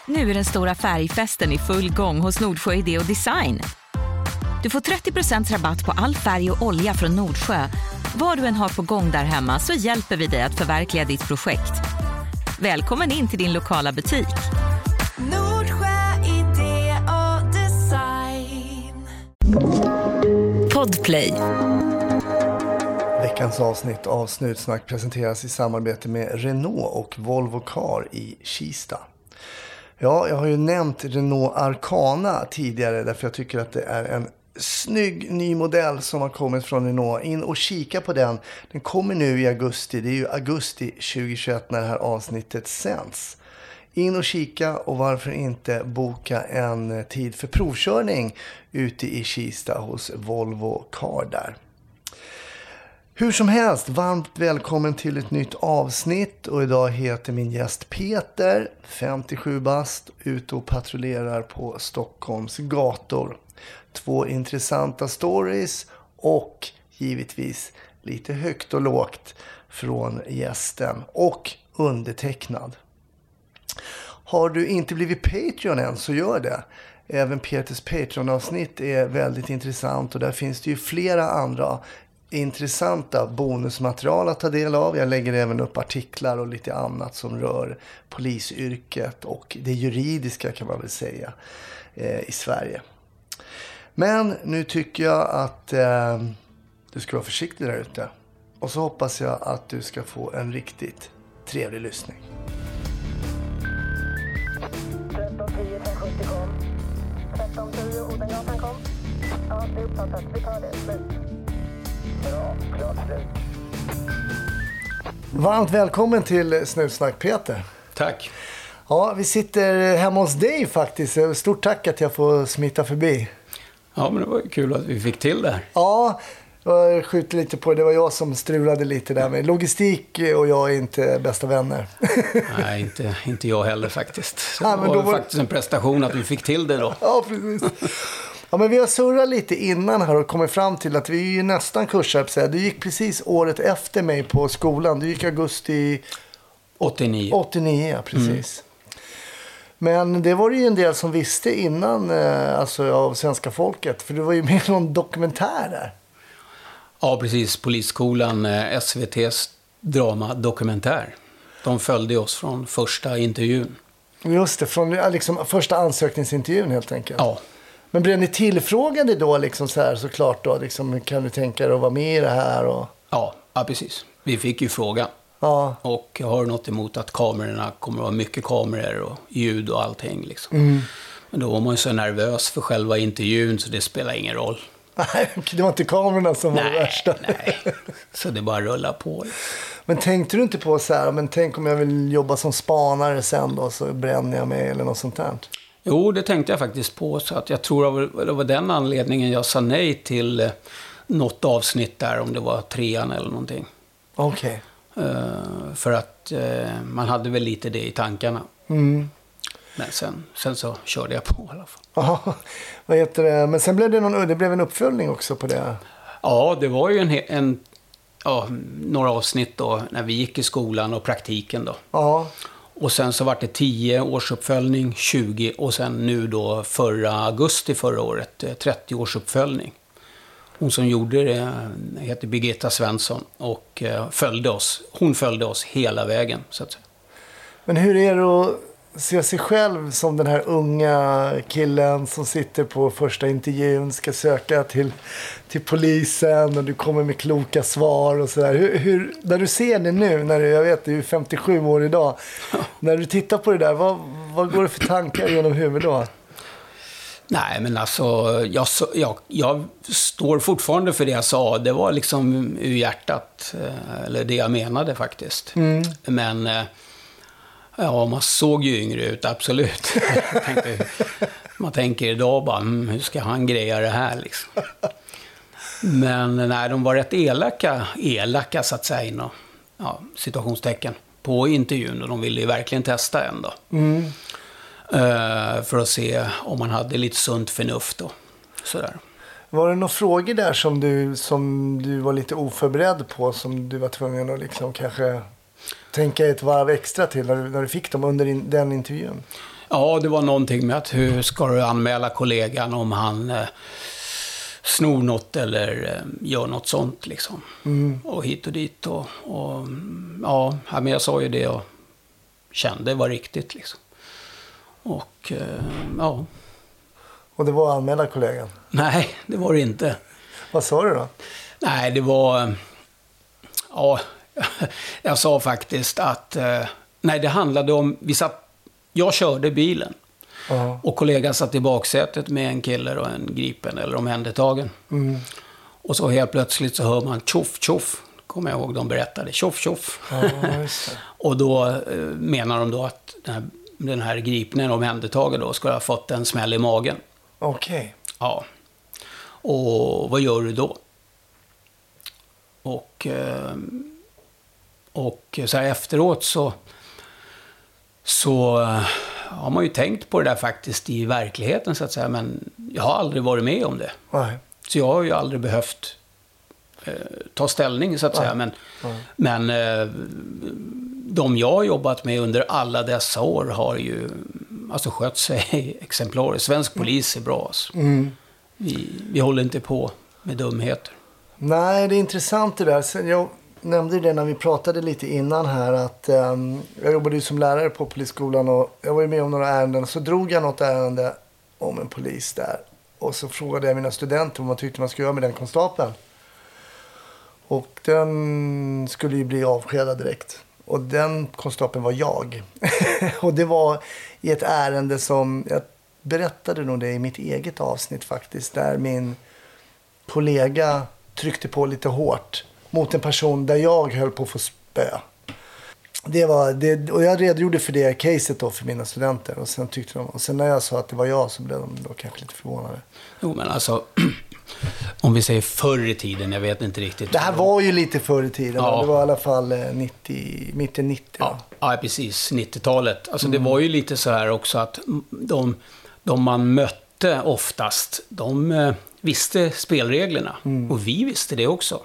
Nu är den stora färgfesten i full gång hos Nordsjö Idé och Design. Du får 30% rabatt på all färg och olja från Nordsjö. Vad du än har på gång där hemma så hjälper vi dig att förverkliga ditt projekt. Välkommen in till din lokala butik. Nordsjö Idé och Design. Podplay. Veckans avsnitt av Snutsnack presenteras i samarbete med Renault och Volvo Car i Kista. Ja, jag har ju nämnt Renault Arcana tidigare därför jag tycker att det är en snygg ny modell som har kommit från Renault. In och kika på den. Den kommer nu i augusti. Det är ju augusti 2021 när det här avsnittet sänds. In och kika och varför inte boka en tid för provkörning ute i Kista hos Volvo Car där. Hur som helst, varmt välkommen till ett nytt avsnitt och idag heter min gäst Peter, 57 bast, ute och patrullerar på Stockholms gator. 2 intressanta stories och givetvis lite högt och lågt från gästen och undertecknad. Har du inte blivit Patreon än så gör det. Även Peters Patreon-avsnitt är väldigt intressant och där finns det ju flera andra intressanta bonusmaterial att ta del av. Jag lägger även upp artiklar och lite annat som rör polisyrket och det juridiska kan man väl säga i Sverige. Men nu tycker jag att du ska vara försiktig där ute. Och så hoppas jag att du ska få en riktigt trevlig lyssning. 1310 570 kom. 1310 Odengatan kom. Ja, det är uppfattat. Vi tar det. Slut. Bra, klart slut. Varmt välkommen till Snutsnack Peter. Tack. Ja, vi sitter hemma hos dig faktiskt. Stort tack att jag får smita förbi. Ja, men det var ju kul att vi fick till det här. Ja, jag skjuter lite på det. Det var jag som strulade lite där med logistik och jag är inte bästa vänner. Nej, inte jag heller faktiskt. Så ja, det var faktiskt en prestation att vi fick till det då. Ja, precis. Ja, men vi har surrat lite innan här och kommit fram till att vi är ju nästan kursar. Du gick precis året efter mig på skolan. Du gick augusti 89. 89, ja, precis. Men det var det ju en del som visste innan alltså av svenska folket. För du var ju med i någon dokumentär där. Ja, precis. Polisskolan, SVT:s dramadokumentär. De följde oss från första intervjun. Just det, från liksom, första ansökningsintervjun helt enkelt. Ja. Men blev ni tillfrågade då liksom så här såklart då? Liksom, kan du tänka dig att vara med i det här? Och... Ja, precis. Vi fick ju frågan. Ja. Och jag har något emot att kamerorna kommer att vara mycket kameror och ljud och allting liksom. Men då var man ju så nervös för själva intervjun så det spelar ingen roll. Nej, det var inte kamerorna som var det värsta. Nej, så det bara rullar på. Men tänkte du inte på så här, men tänk om jag vill jobba som spanare sen då så bränner jag mig eller något sånt där? Jo, det tänkte jag faktiskt på. Så att jag tror det var den anledningen jag sa nej till något avsnitt där, om det var 3:an eller någonting. Okej. För att man hade väl lite det i tankarna. Men sen så körde jag på i alla fall. Aha, vad heter det? Men sen blev det blev en uppföljning också på det. Ja, det var ju några avsnitt då när vi gick i skolan och praktiken då. Ja. Och sen så var det 10 årsuppföljning, 20 och sen nu då augusti förra året 30 årsuppföljning. Hon som gjorde det heter Birgitta Svensson och hon följde oss hela vägen så att säga. Men hur är det att se sig själv som den här unga killen som sitter på första intervjun, ska söka till polisen och du kommer med kloka svar och sådär. Hur, när du ser det nu, jag vet du är 57 år idag, när du tittar på det där, vad går det för tankar genom huvudet då? Nej, men alltså, jag står fortfarande för det jag sa. Det var liksom ur hjärtat, eller det jag menade faktiskt. Men ja, man såg ju yngre ut, absolut. Man tänker idag bara, hur ska han greja det här liksom? Men nej, de var rätt elaka så att säga, inom, situationstecken på intervjun. Och de ville ju verkligen testa en då. För att se om man hade lite sunt förnuft och sådär. Var det några frågor där som du var lite oförberedd på, som du var tvungen att liksom kanske tänka ett varv extra till när du fick dem under den intervjun? Ja, det var någonting med att hur ska du anmäla kollegan om han snor något eller gör något sånt liksom. Och hit och dit och ja, men jag sa ju det jag kände var riktigt liksom. Och ja. Och det var anmäla kollegan? Nej, det var det inte. Vad sa du då? Nej, det var... Ja, jag sa faktiskt att... Nej, det handlade om... Jag körde bilen. Och kollegan satt i baksätet med en kille och en gripen eller omhändertagen. Och så helt plötsligt så hör man tjoff, tjoff. Kommer jag ihåg, de berättade. Tjoff, tjoff. Och då menar de då att den här gripnen omhändertagen då skulle ha fått en smäll i magen. Okej. Ja. Och vad gör du då? Och så här efteråt så har man ju tänkt på det där faktiskt i verkligheten så att säga. Men jag har aldrig varit med om det. Nej. Så jag har ju aldrig behövt ta ställning så att säga. Men de jag har jobbat med under alla dessa år har ju alltså skött sig exemplariskt. Svensk polis är bra. Alltså. Vi håller inte på med dumheter. Nej, det är intressant det där. Jag nämnde det när vi pratade lite innan här att jag jobbade ju som lärare på polisskolan och jag var ju med om några ärenden. Så drog jag något ärende om en polis där. Och så frågade jag mina studenter om man tyckte man skulle göra med den konstapeln. Och den skulle ju bli avskedad direkt. Och den konstapeln var jag. Och det var i ett ärende som, jag berättade nog det i mitt eget avsnitt faktiskt. Där min kollega tryckte på lite hårt mot en person där jag höll på att få spö. Och jag redogjorde för det caset då för mina studenter. Och sen tyckte de, och sen när jag sa att det var jag så blev de då kanske lite förvånade. Jo, men alltså... Om vi säger förr i tiden, jag vet inte riktigt. Det här var ju lite förr i tiden. Ja. Det var i alla fall mitten 90. Ja, precis. 90-talet. Alltså det var ju lite så här också att de man mötte oftast, de visste spelreglerna. Och vi visste det också.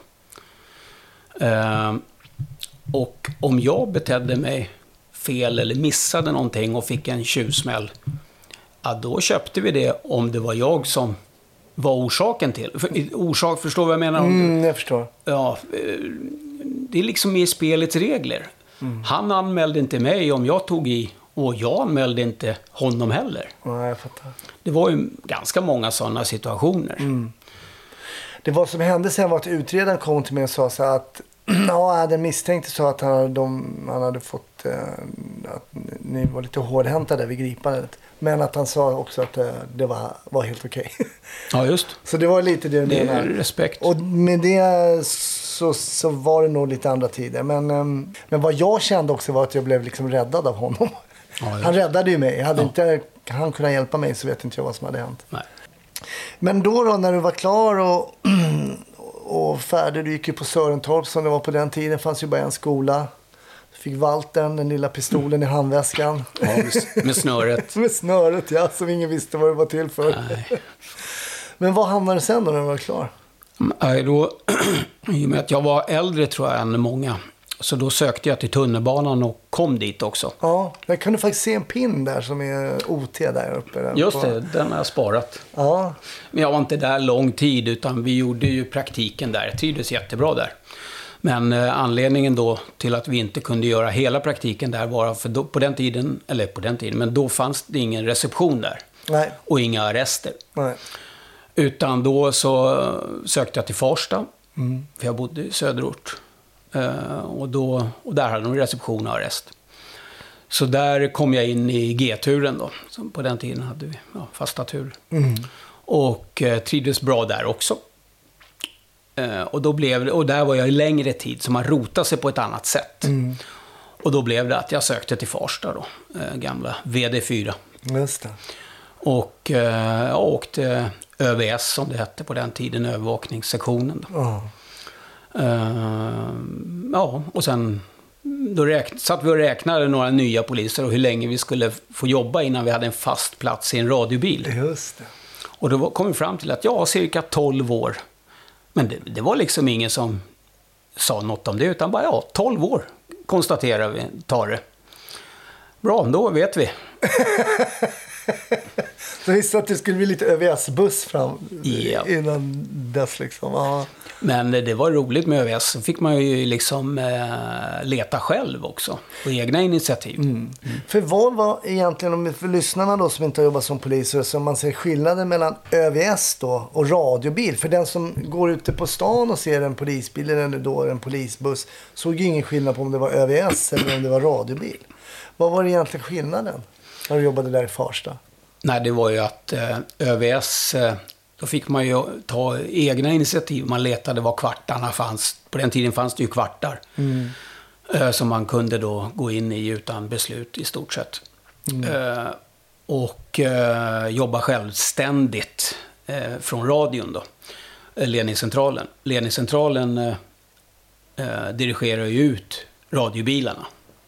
Och om jag betedde mig fel eller missade någonting och fick en tjuvsmäll, ja, då köpte vi det om det var jag som var orsaken till. Förstår vad jag menar? Jag förstår. Ja, det är liksom i spelets regler. Han anmälde inte mig om jag tog i och jag anmälde inte honom heller. Ja, jag fattar. Det var ju ganska många sådana situationer. Det vad som hände sen var att utredaren kom till mig och sa så att ja, den misstänkte så att han hade fått att ni var lite hårdhänta där vid gripandet. Men att han sa också att det var helt okej. Ja, just. Så det var lite det är menar. Respekt. Och med det så var det nog lite andra tider. Men vad jag kände också var att jag blev liksom räddad av honom. Ja, han räddade ju mig. Hade inte han kunnat hjälpa mig så vet inte jag vad som hade hänt. Nej. Men då när du var klar och färdig, du gick ju på Sörentorp som det var på den tiden, fanns ju bara en skola. Du fick Waltern, den lilla pistolen i handväskan. Ja, med snöret. Med snöret, ja, som ingen visste vad det var till för. Nej. Men vad hamnade du sen då när du var klar? Då, i och med att jag var äldre tror jag än många, så då sökte jag till tunnelbanan och kom dit också. Ja, jag kunde faktiskt se en pin där som är OT där uppe. Just det, den har jag sparat. Ja. Men jag var inte där lång tid utan vi gjorde ju praktiken där. Jag trivdes jättebra där. Men anledningen då till att vi inte kunde göra hela praktiken där var för då, på den tiden, men då fanns det ingen reception där. Nej. Och inga arrester. Nej. Utan då så sökte jag till Farsta, för jag bodde i söderort. Och där hade de reception och arrest. Så där kom jag in i G-turen då. Så på den tiden hade vi fasta tur. Och trivdes bra där också. Och där var jag i längre tid, så man rotade sig på ett annat sätt. Och då blev det att jag sökte till Farsta då, gamla VD4. Just det. Och jag åkte ÖVS som det hette på den tiden, övervakningssektionen då. Och sen då satt vi och räknade några nya poliser och hur länge vi skulle få jobba innan vi hade en fast plats i en radiobil. Just det. Och då kom vi fram till att cirka 12 år. Men det var liksom ingen som sa något om det, utan bara 12 år konstaterar vi, tar det. Bra, då vet vi. Så visste att det skulle bli lite ÖVS-buss fram innan dess liksom. Ja. Men det var roligt med ÖVS. Så fick man ju liksom leta själv också. På egna initiativ. För vad var egentligen, för lyssnarna då som inte har jobbat som poliser, så man ser skillnaden mellan ÖVS då och radiobil. För den som går ute på stan och ser en polisbil eller då en polisbuss såg ju ingen skillnad på om det var ÖVS eller om det var radiobil. Vad var egentligen skillnaden när du jobbade där i Farsta? Nej, det var ju att ÖVS, då fick man ju ta egna initiativ. Man letade var kvartarna fanns. På den tiden fanns det ju kvartar. Som man kunde då gå in i utan beslut i stort sett. Och jobba självständigt från radion då. Ledningscentralen. Ledningscentralen dirigerar ju ut radiobilarna.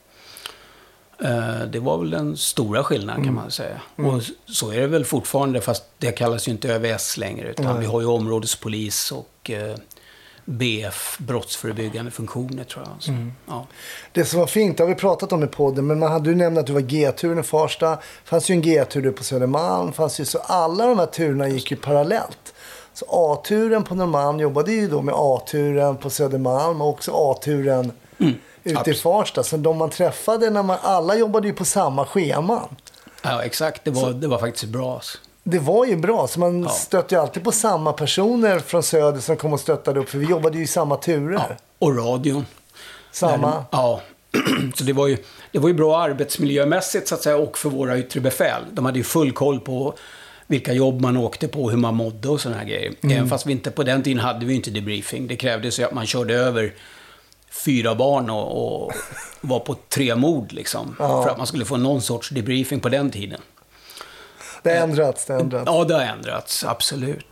Det var väl den stora skillnaden kan man säga. Och så är det väl fortfarande, fast det kallas ju inte ÖVS längre. Utan vi har ju områdespolis och BF, brottsförebyggande funktioner tror jag. Så, ja. Det som var fint, det har vi pratat om i podden, men man hade ju nämnt att du var G-turen i Farsta. Det fanns ju en G-tur på Södermalm. Fanns ju, så alla de här turerna gick ju parallellt. Så A-turen på Norrmalm jobbade ju då med A-turen på Södermalm och också A-turen ute i Farsta. Så de man träffade, alla jobbade ju på samma schema. Ja, exakt. Det var faktiskt bra. Alltså. Det var ju bra, så man stötte ju alltid på samma personer från Söder som kom och stöttade upp, för vi jobbade ju i samma turer. Ja, och radion. Samma? Ja, så det var ju bra arbetsmiljömässigt så att säga, och för våra yttre befäl. De hade ju full koll på vilka jobb man åkte på, hur man mådde och såna här grejer. Även fast vi inte, på den tiden hade vi inte debriefing. Det krävdes ju att man körde över 4 barn och var på 3 mord liksom. För att man skulle få någon sorts debriefing på den tiden. Det har ändrats. Ja, det har ändrats, absolut.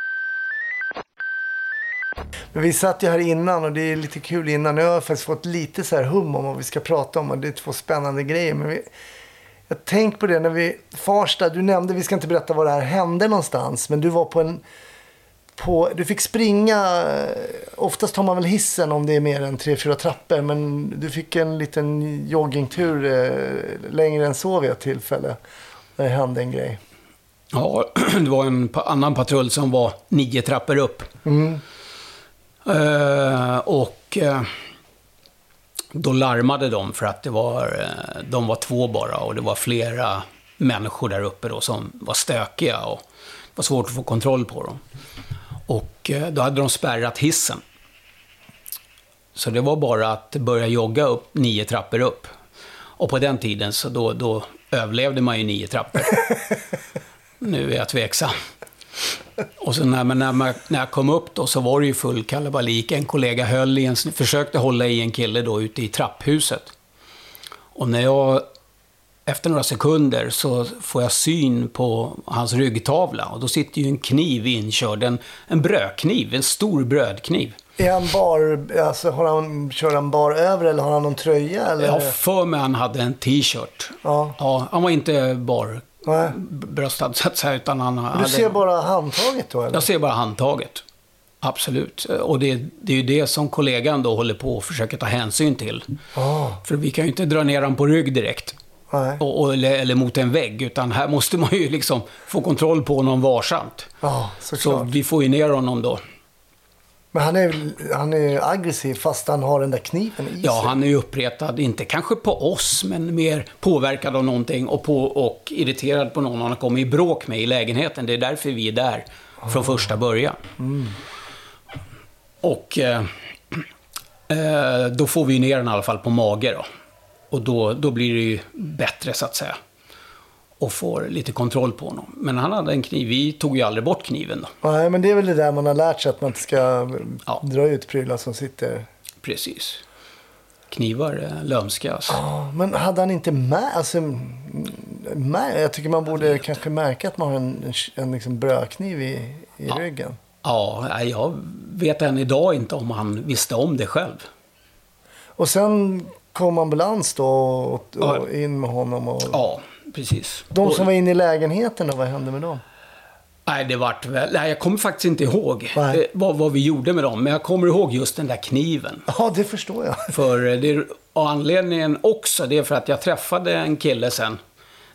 Men vi satt ju här innan och det är lite kul innan. Nu har jag faktiskt fått lite så här hum om vad vi ska prata om och det är 2 spännande grejer. Men jag tänkte på det när vi Farsta, du nämnde, vi ska inte berätta vad det här hände någonstans, men du var du fick springa, oftast tar man väl hissen om det är mer än 3-4 trappor, men du fick en liten joggingtur längre än så vid ett tillfälle när det hände en grej. Ja, det var en annan patrull som var 9 trappor upp. Och då larmade de för att de var 2 bara och det var flera människor där uppe då som var stökiga och det var svårt att få kontroll på dem. Och då hade de spärrat hissen. Så det var bara att börja jogga upp 9 trappor upp. Och på den tiden så då överlevde man ju 9 trappor. Nu är jag tveksam. Och så när jag kom upp då så var det ju full kalabalik. En kollega försökte hålla i en kille då ute i trapphuset. Och när jag efter några sekunder så får jag syn på hans ryggtavla. Och då sitter ju en kniv inkörd, en brödkniv, en stor brödkniv. Är han kör han bar över eller har han någon tröja? Eller? Ja, för mig han hade en t-shirt. Ja, han var inte bröstad så att säga, utan han hade... Du ser bara handtaget då? Eller? Jag ser bara handtaget. Absolut. Och det är ju det som kollegan då håller på och försöker ta hänsyn till. För vi kan ju inte dra ner han på rygg direkt. Eller mot en vägg, utan här måste man ju liksom få kontroll på honom varsamt. Så vi får ju ner honom då. Men han är aggressiv fast han har den där kniven i sig. Ja, han är ju uppretad, inte kanske på oss, men mer påverkad av någonting och irriterad på någon han har kommit i bråk med i lägenheten. Det är därför vi är där från första början. Och då får vi ner den i alla fall på mage då. Och då blir det ju bättre så att säga. Och får lite kontroll på honom. Men han hade en kniv. Vi tog ju aldrig bort kniven då. Nej, men det är väl det där man har lärt sig. Att man inte ska dra ut prylar som sitter. Precis. Knivar lömska. Alltså. Ja, men hade han inte jag tycker man borde kanske märka att man har en liksom brödkniv i ryggen. Ja, jag vet än idag inte om han visste om det själv. Och sen kom ambulans då och in med honom. Ja, precis. De som var inne i lägenheten då, vad hände med dem? Nej, jag kommer faktiskt inte ihåg vad vi gjorde med dem. Men jag kommer ihåg just den där kniven. Ja, det förstår jag. Och anledningen också, det är för att jag träffade en kille sen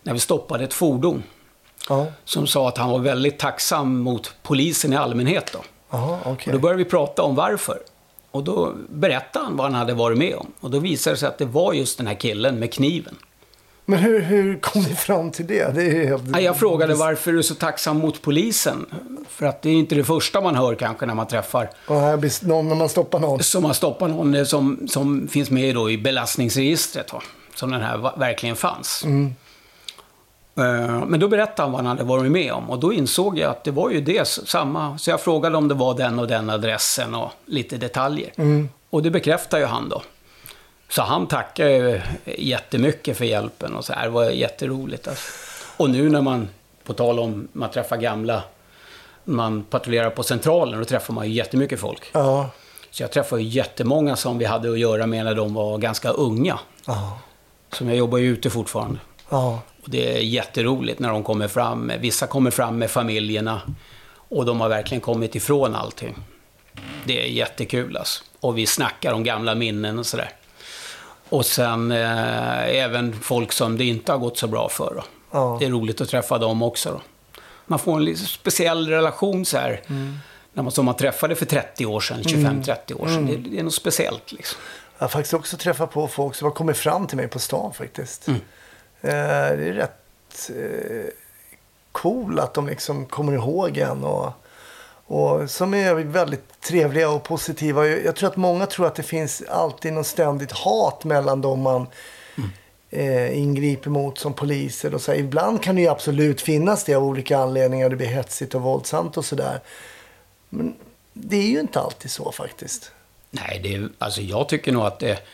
när vi stoppade ett fordon. Ja. Som sa att han var väldigt tacksam mot polisen i allmänhet då. Aha, okay. Och då började vi prata om varför. Och då berättade han vad han hade varit med om. Och då visade det sig att det var just den här killen med kniven. Men hur kom ni fram till det? Det är helt... Jag frågade varför du är så tacksam mot polisen. För att det är inte det första man hör kanske när man träffar... När man stoppar någon. Som man stoppar någon som finns med då i belastningsregistret. Va? Som den här verkligen fanns. Mm. Men då berättade han vad han hade varit med om. Och då insåg jag att det var ju det samma. Så jag frågade om det var den och den adressen och lite detaljer. Mm. Och det bekräftade ju han då. Så han tackade ju jättemycket för hjälpen. Och så här, det var jätteroligt. Alltså. Och nu när man, på tal om man träffar gamla, man patrullerar på centralen, då träffar man ju jättemycket folk. Ja. Så jag träffar ju jättemånga som vi hade att göra med när de var ganska unga. Ja. Som jag jobbar ju ute fortfarande. Ja. Och det är jätteroligt när de kommer fram. Vissa kommer fram med familjerna. Och de har verkligen kommit ifrån allting. Det är jättekul alltså. Och vi snackar om gamla minnen och sådär. Och sen även folk som det inte har gått så bra för. Då. Ja. Det är roligt att träffa dem också. Då. Man får en lite speciell relation så här. När som man träffade för 30 år sedan, 25-30 år sedan. Det är något speciellt liksom. Jag har faktiskt också träffat på folk som har kommit fram till mig på stan faktiskt. Det är rätt cool att de liksom kommer ihåg en och som är väldigt trevliga och positiva. Jag tror att många tror att det finns alltid något ständigt hat mellan dem man ingriper mot som poliser. Och så. Ibland kan det ju absolut finnas det av olika anledningar. Det blir hetsigt och våldsamt och sådär. Men det är ju inte alltid så faktiskt. Nej, alltså jag tycker nog att det...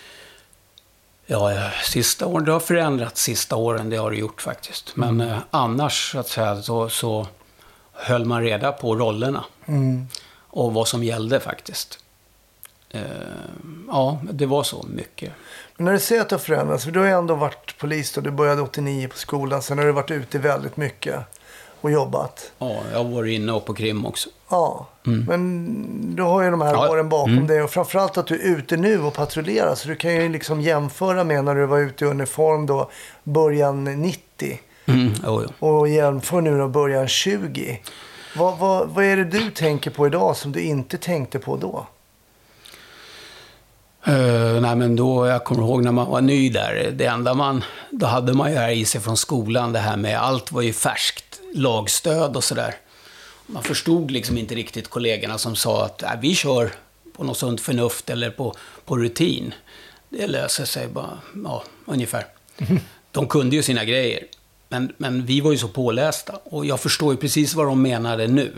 Ja, sista åren, det har förändrats sista åren, det har det gjort faktiskt. Men annars så att säga, så höll man reda på rollerna. Och vad som gällde faktiskt. Ja, det var så mycket. Men när du säger att det har förändrats, för du har ju ändå varit polis då, du började 89 på skolan, sen har du varit ute väldigt mycket och jobbat. Ja, jag har varit inne och på krim också. Ja, men du har ju de här åren bakom dig och framförallt att du är ute nu och patrullerar, så du kan ju liksom jämföra med när du var ute i uniform då, början 90 och jämför nu då början 20. Vad är det du tänker på idag som du inte tänkte på då? Nej, men då, jag kommer ihåg när man var ny där, det enda då hade man ju här i sig från skolan, det här med allt var ju färskt, lagstöd och sådär. Man förstod liksom inte riktigt kollegorna som sa att vi kör på något sånt förnuft eller på rutin. Det löser sig bara, ja, ungefär. De kunde ju sina grejer. Men vi var ju så pålästa. Och jag förstår ju precis vad de menade nu.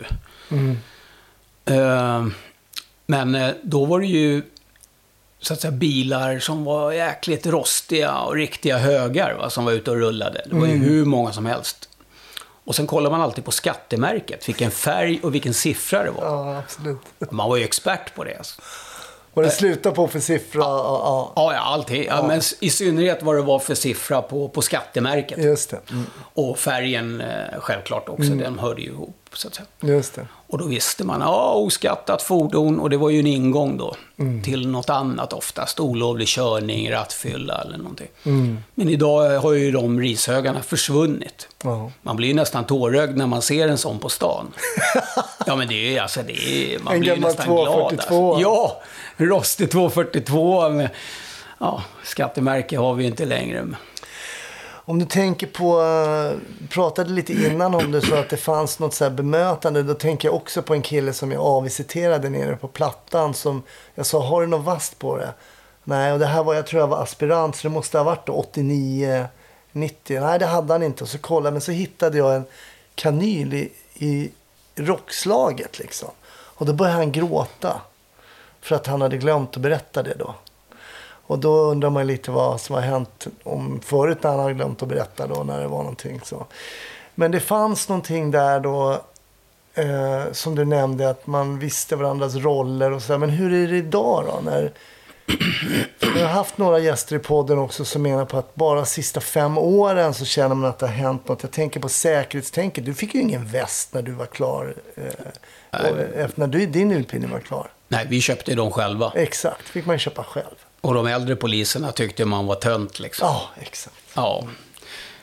Men då var det ju så att säga bilar som var jäkligt rostiga och riktiga högar, va, som var ute och rullade. Det var ju hur många som helst. Och sen kollar man alltid på skattemärket. Vilken färg och vilken siffra det var. Ja, absolut. Man var ju expert på det. Alltså. Vad det slutar på för siffra? Ja, alltid. Ja, men i synnerhet vad det var för siffra på skattemärket. Just det. Och färgen självklart också. Den hörde ju ihop, så att säga. Just det. Och då visste man, oskattat fordon. Och det var ju en ingång då till något annat oftast. Olovlig körning, rattfylla eller någonting. Men idag har ju de rishögarna försvunnit. Man blir ju nästan tårögd när man ser en sån på stan. Ja, men det är alltså, man blir ju nästan 242. glad. Alltså. Ja, rostig 242 med, skattemärke har vi inte längre. Om du tänker på, pratade lite innan om det så att det fanns något så här bemötande, då tänker jag också på en kille som jag avvisiterade nere på Plattan som jag sa, har du något vast på det? Nej, och det här var, jag tror jag var aspirant, så det måste ha varit då 89, 90. Nej, det hade han inte. Och så kollade, men så hittade jag en kanyl i rockslaget liksom. Och då började han gråta för att han hade glömt att berätta det då. Och då undrar man lite vad som har hänt om förut när han hade glömt att berätta då, när det var någonting så. Men det fanns någonting där då som du nämnde, att man visste varandras roller och så. Men hur är det idag då? När jag har haft några gäster i podden också som menar på att bara sista 5 åren så känner man att det har hänt något. Jag tänker på säkerhetstänket. Du fick ju ingen väst när du var klar. Efter när din utbildning var klar. Nej, vi köpte dem själva. Exakt, fick man köpa själv. Och de äldre poliserna tyckte man var tönt liksom. Ja, exakt. Ja.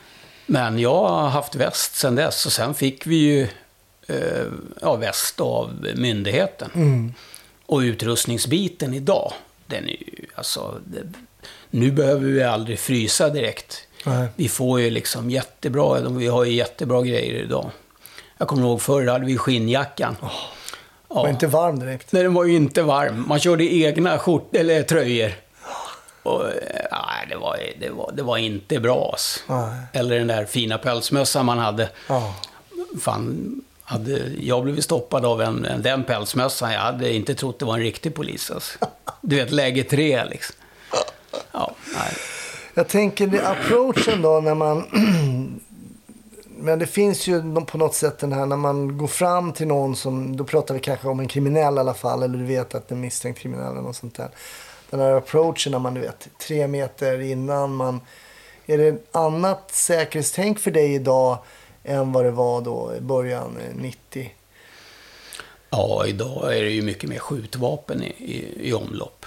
Men jag har haft väst sedan dess och sen fick vi ju väst av myndigheten. Och utrustningsbiten idag, den är ju, alltså, nu behöver vi aldrig frysa direkt. Nej. Vi får ju liksom jättebra, vi har ju jättebra grejer idag. Jag kommer ihåg förr hade vi skinnjackan. Det var inte varm direkt. Nej, den var ju inte varm. Man körde egna eller tröjor. Och, det var inte bra. Eller den där fina pälsmössan man hade. Fan, hade jag blivit stoppad av den pälsmössan, jag hade inte trott det var en riktig polis. Alltså. Du vet, läge 3 liksom. Ja, nej. Jag tänker approachen då när man... Men det finns ju på något sätt den här när man går fram till någon som... Då pratar vi kanske om en kriminell i alla fall. Eller du vet att det är misstänkt kriminell eller något sånt där. Den här approachen när man, du vet, 3 meter innan man... Är det ett annat säkerhetstänk för dig idag än vad det var då i början 90? Ja, idag är det ju mycket mer skjutvapen i omlopp.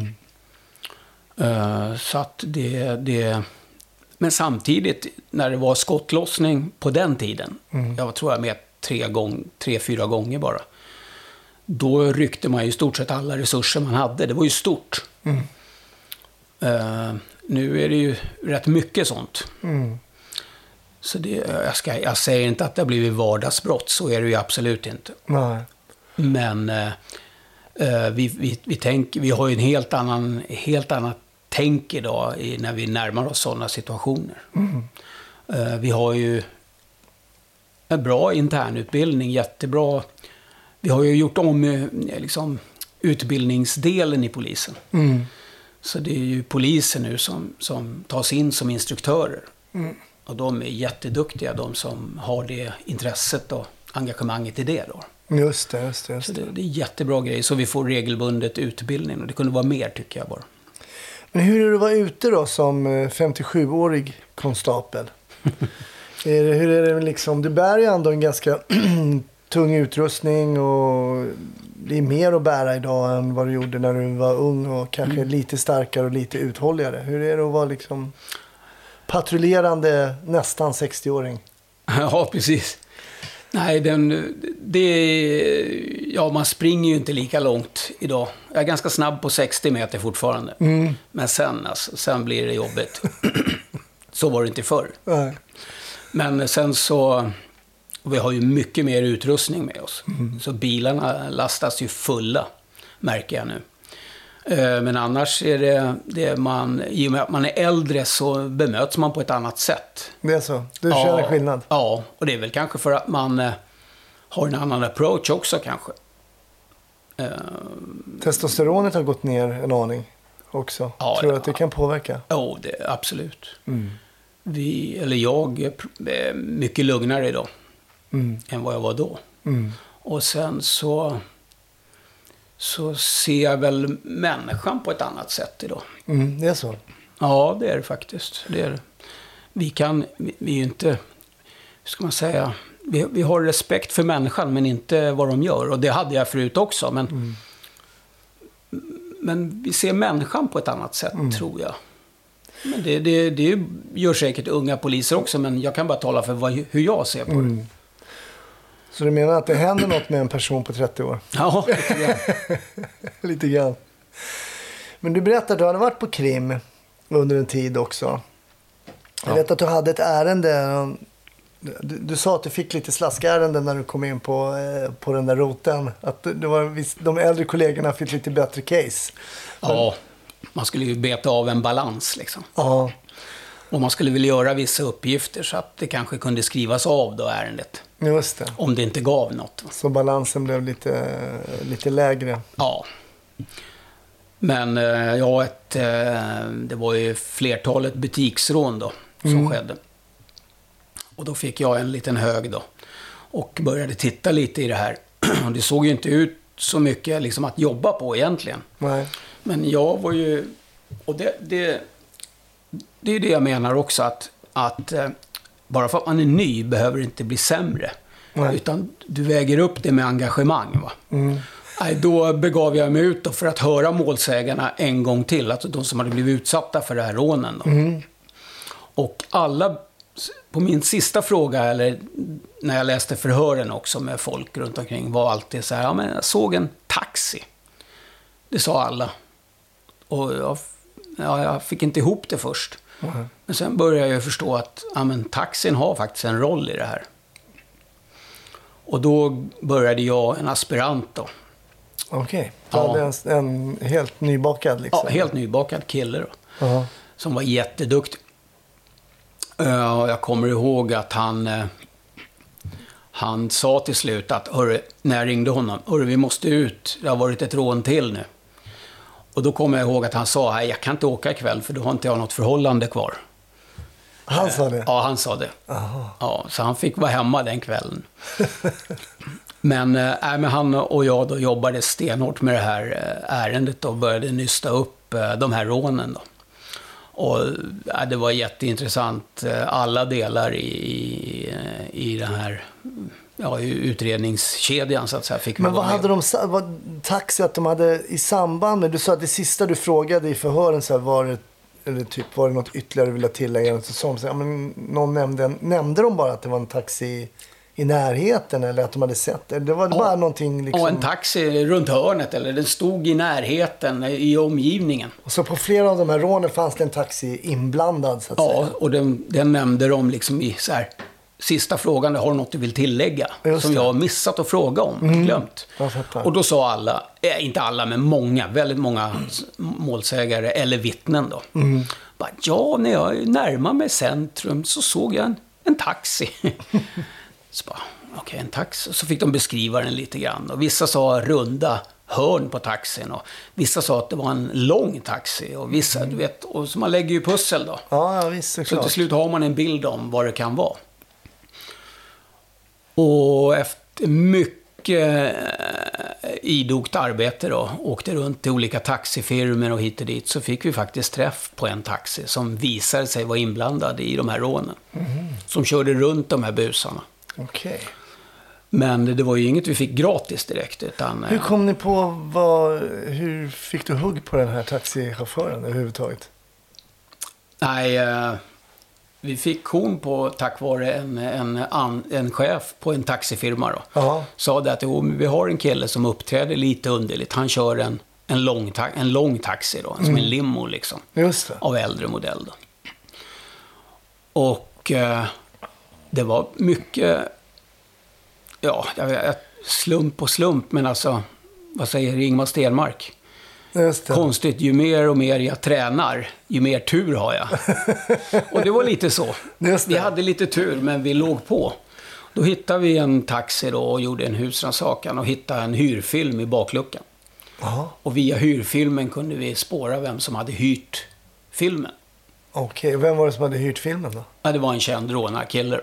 Så att det... Men samtidigt, när det var skottlossning på den tiden, jag tror jag med 3-4 gånger bara, då ryckte man ju i stort sett alla resurser man hade. Det var ju stort. Nu är det ju rätt mycket sånt. Så jag säger inte att det har blivit vardagsbrott, så är det ju absolut inte. Nej. Men vi har ju en helt annat tänk idag när vi närmar oss sådana situationer. Vi har ju en bra internutbildning, jättebra. Vi har ju gjort om liksom, utbildningsdelen i polisen. Så det är ju poliser nu som tas in som instruktörer. Och de är jätteduktiga, de som har det intresset och engagemanget i det då. Just det. Så det är jättebra grejer, så vi får regelbundet utbildning, och det kunde vara mer, tycker jag bara. Men hur är det att vara ute då som 57-årig konstapel? Hur är det liksom, du bär ju ändå en ganska tung utrustning och det är mer att bära idag än vad du gjorde när du var ung och kanske lite starkare och lite uthålligare. Hur är det att vara liksom patrullerande nästan 60-åring? Ja, precis. Nej, man springer ju inte lika långt idag. Jag är ganska snabb på 60 meter fortfarande. Men sen blir det jobbigt. Så var det inte förr. Nej. Men sen så... Vi har ju mycket mer utrustning med oss. Så bilarna lastas ju fulla, märker jag nu. Men annars är det man... I och med att man är äldre så bemöts man på ett annat sätt. Det är så? Du känner skillnad? Ja, och det är väl kanske för att man har en annan approach också kanske. Testosteronet har gått ner en aning också. Ja, tror du att det kan påverka? Ja, absolut. Jag är mycket lugnare idag än vad jag var då. Och sen så ser jag väl människan på ett annat sätt idag. Det är så? Ja, det är det faktiskt. Det är det. Vi är ju inte, hur ska man säga, vi har respekt för människan men inte vad de gör. Och det hade jag förut också. Men vi ser människan på ett annat sätt, tror jag. Men det gör säkert unga poliser också, men jag kan bara tala för hur jag ser på det. Så du menar att det händer något med en person på 30 år? Ja, lite grann. Lite grann. Men du berättade att du hade varit på krim under en tid också. Jag vet att du hade ett ärende. Du sa att du fick lite slaskärenden när du kom in på den där roten. Att det var, de äldre kollegorna fick lite bättre case. Ja, man skulle ju beta av en balans liksom. Ja. Och man skulle vilja göra vissa uppgifter så att det kanske kunde skrivas av då ärendet. Just det. Om det inte gav något. Så balansen blev lite lägre. Ja. Men det var ju flertalet butiksrån då som skedde. Och då fick jag en liten hög då. Och började titta lite i det här. Och det såg ju inte ut så mycket liksom att jobba på egentligen. Nej. Men jag var ju... Och det är det jag menar också. Att bara för att man är ny behöver det inte bli sämre. Nej. Utan du väger upp det med engagemang, va? Då begav jag mig ut då för att höra målsägarna en gång till. Alltså de som hade blivit utsatta för det här rånen då. Och alla på min sista fråga, eller när jag läste förhören också med folk runt omkring, var alltid så här, ja men jag såg en taxi. Det sa alla. Och jag fick inte ihop det först. Men sen började jag förstå att ja, men taxin har faktiskt en roll i det här. Och då började jag en aspirant då. Okej. Du hade en helt nybakad liksom? Ja, helt nybakad kille då. Som var jätteduktig. Jag kommer ihåg att han sa till slut att, när jag ringde honom, vi måste ut, det har varit ett rån till nu. Och då kommer jag ihåg att han sa, jag kan inte åka ikväll för då har inte jag något förhållande kvar. Han sa det? Ja, han sa det. Ja, så han fick vara hemma den kvällen. Men han och jag då jobbade stenhårt med det här ärendet och började nysta upp de här rånen då. Och det var jätteintressant, alla delar i den här utredningskedjan så att säga fick. Men vad hade de, taxi att de hade i samband med, du sa att det sista du frågade i förhören så här, var det något ytterligare du ville tillägga något sånt, så, men någon nämnde de bara att det var en taxi i närheten eller att de hade sett det var bara någonting liksom. Och en taxi runt hörnet eller den stod i närheten i omgivningen. Och så på flera av de här rånen fanns det en taxi inblandad så att säga. Ja, och den nämnde de liksom i så här sista frågan, har du något du vill tillägga som jag har missat att fråga om, glömt. Och då sa alla, inte alla men väldigt många målsägare eller vittnen då. Bara, när jag närmade mig centrum så såg jag en taxi. Så bara, okej, en taxi. Så fick de beskriva den lite grann. Och vissa sa runda hörn på taxin. Och vissa sa att det var en lång taxi. Och vissa, du vet, och så man lägger ju pussel då. Ja, visst, såklart. Så till slut har man en bild om vad det kan vara. Och efter mycket idogt arbete då, åkte runt till olika taxifirmor och hit och dit, så fick vi faktiskt träff på en taxi som visade sig vara inblandad i de här rånen. Som körde runt de här busarna. Okej. Men det var ju inget vi fick gratis direkt. Utan, hur kom ni på, hur fick du hugg på den här taxichauffören överhuvudtaget? Nej, vi fick kon på tack vare en chef på en taxifirma då. Aha. Sa det att vi har en kille som uppträder lite underligt. Han kör en lång taxi då, som en limo liksom. Just det. Av äldre modell då. Och det var mycket, slump och slump, men alltså, vad säger Ingmar Stenmark? Just det. Konstigt, ju mer och mer jag tränar, ju mer tur har jag. Och det var lite så. Vi hade lite tur, men vi låg på. Då hittade vi en taxi då och gjorde en husrannsakan och hittade en hyrfilm i bakluckan. Aha. Och via hyrfilmen kunde vi spåra vem som hade hyrt filmen. Okej, vem var det som hade hyrt filmen då? Ja, det var en känd rånarkiller.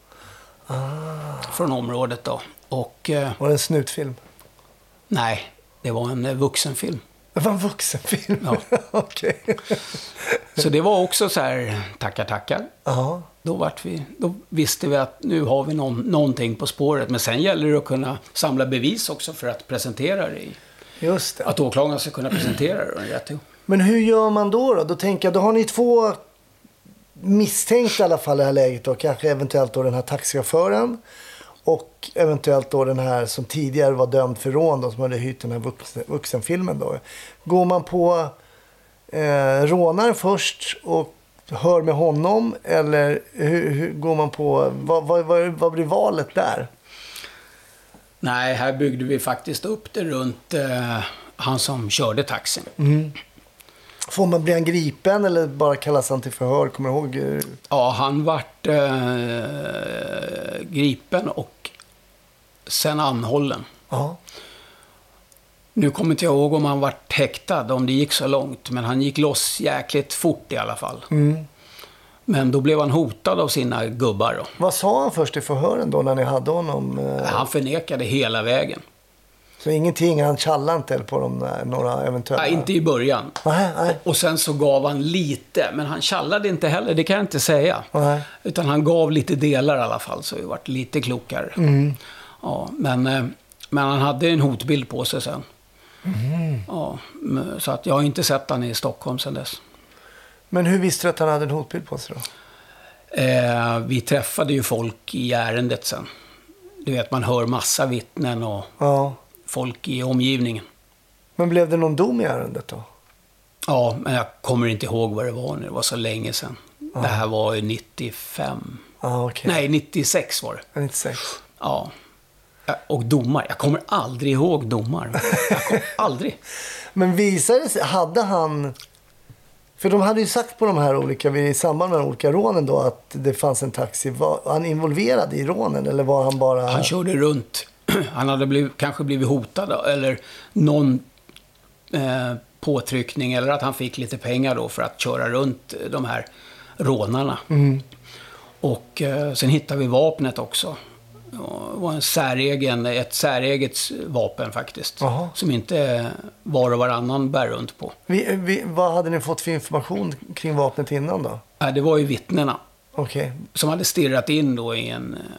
Från området då. Och, var det en snutfilm? Nej, det var en vuxenfilm. Det var en vuxenfilm? Ja. Okej. Så det var också så här, tackar. Ja. Då visste vi att nu har vi någonting på spåret. Men sen gäller det att kunna samla bevis också för att presentera det. Just det. Att åklagaren ska kunna presentera det rätt. Men hur gör man då? Då tänker jag, då har ni två misstänkta i alla fall i det här läget då. Kanske eventuellt då den här taxichauffören. Och eventuellt då den här som tidigare var dömd för rån då, som hade hyrt den här vuxenfilmen då. Går man på rånaren först och hör med honom, eller hur går man på, vad blir valet där? Nej, här byggde vi faktiskt upp det runt han som körde taxin. Får man bli gripen eller bara kallas han till förhör? Kommer du ihåg? Ja, han vart gripen och sen anhållen. Ja. Nu kommer inte jag ihåg om han vart häktad, om det gick så långt. Men han gick loss jäkligt fort i alla fall. Men då blev han hotad av sina gubbar då. Vad sa han först i förhören då när ni hade honom? Han förnekade hela vägen. Så ingenting, han tjallade inte på dem några eventuella? Nej, inte i början. Nej. Och sen så gav han lite, men han tjallade inte heller, det kan jag inte säga. Nej. Utan han gav lite delar i alla fall, så vi vart lite klokare. Ja, men han hade en hotbild på sig sen. Ja, så att jag har inte sett han i Stockholm sen dess. Men hur visste du att han hade en hotbild på sig då? Vi träffade ju folk i ärendet sen. Du vet, man hör massa vittnen och folk i omgivningen. Men blev det någon dom i ärendet då? Ja, men jag kommer inte ihåg vad det var nu. Det var så länge sedan. Det här var ju 95. Okay. Nej, 96 var det. 96. Ja. Och domar. Jag kommer aldrig ihåg domar. Aldrig. Men visade det sig, hade han... För de hade ju sagt på de här olika, i samband med de olika rånen då, att det fanns en taxi. Var han involverad i rånen eller var han bara... Han körde runt. Han hade kanske blivit hotad eller någon påtryckning eller att han fick lite pengar då för att köra runt de här rånarna. Och sen hittade vi vapnet också. Det var ett säreget vapen faktiskt. Aha. Som inte var och varannan bär runt på. Vad hade ni fått för information kring vapnet innan då? Det var ju vittnena. Okay. Som hade stirrat in då i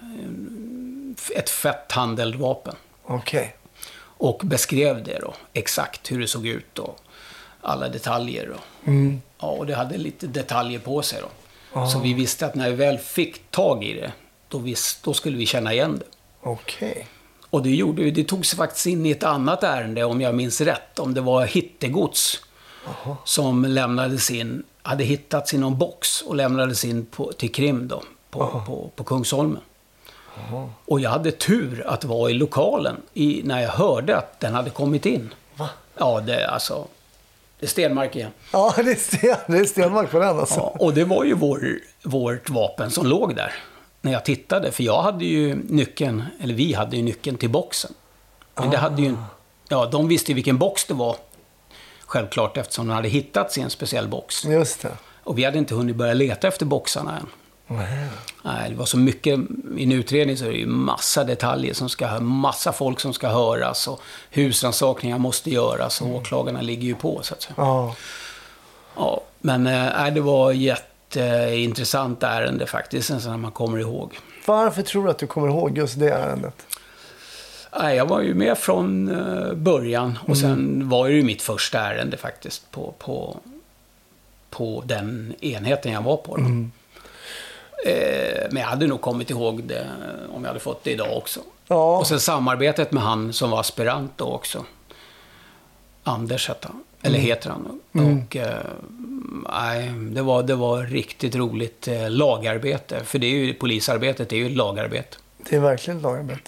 ett fett handeldvapen. Okay. Och beskrev det då exakt hur det såg ut och alla detaljer. Ja, och det hade lite detaljer på sig då. Så vi visste att när vi väl fick tag i det, då skulle vi känna igen det. Okej. Och det tog sig faktiskt in i ett annat ärende, om jag minns rätt. Om det var hittegods som lämnades in, hade hittats i någon box och lämnades in till Krim då, på Kungsholmen. Och jag hade tur att vara i lokalen när jag hörde att den hade kommit in. Va? Ja, det är Stenmark igen. Ja, det är Stenmark på den alltså. Ja, och det var ju vårt vapen som låg där när jag tittade. För jag hade ju nyckeln, eller vi hade ju nyckeln till boxen. Men det hade ju, de visste ju vilken box det var. Självklart, eftersom de hade hittats i en speciell box. Just det. Och vi hade inte hunnit börja leta efter boxarna än. Nej, det var så mycket i en utredning, så är det ju massa detaljer massa folk som ska höras och husrannsakningar måste göras och åklagarna ligger ju på så att säga. Ja, men det var jätteintressant ärende faktiskt, sen när man kommer ihåg. Varför tror du att du kommer ihåg just det ärendet? Jag var ju med från början och sen var det ju mitt första ärende faktiskt på den enheten jag var på då. Men jag hade nog kommit ihåg det om jag hade fått det idag också. Ja. Och sen samarbetet med han som var aspirant då också. Anders heter han. Eller heter han. Och det var riktigt roligt lagarbete. För det är ju polisarbetet, det är ju lagarbete. Det är verkligen lagarbete.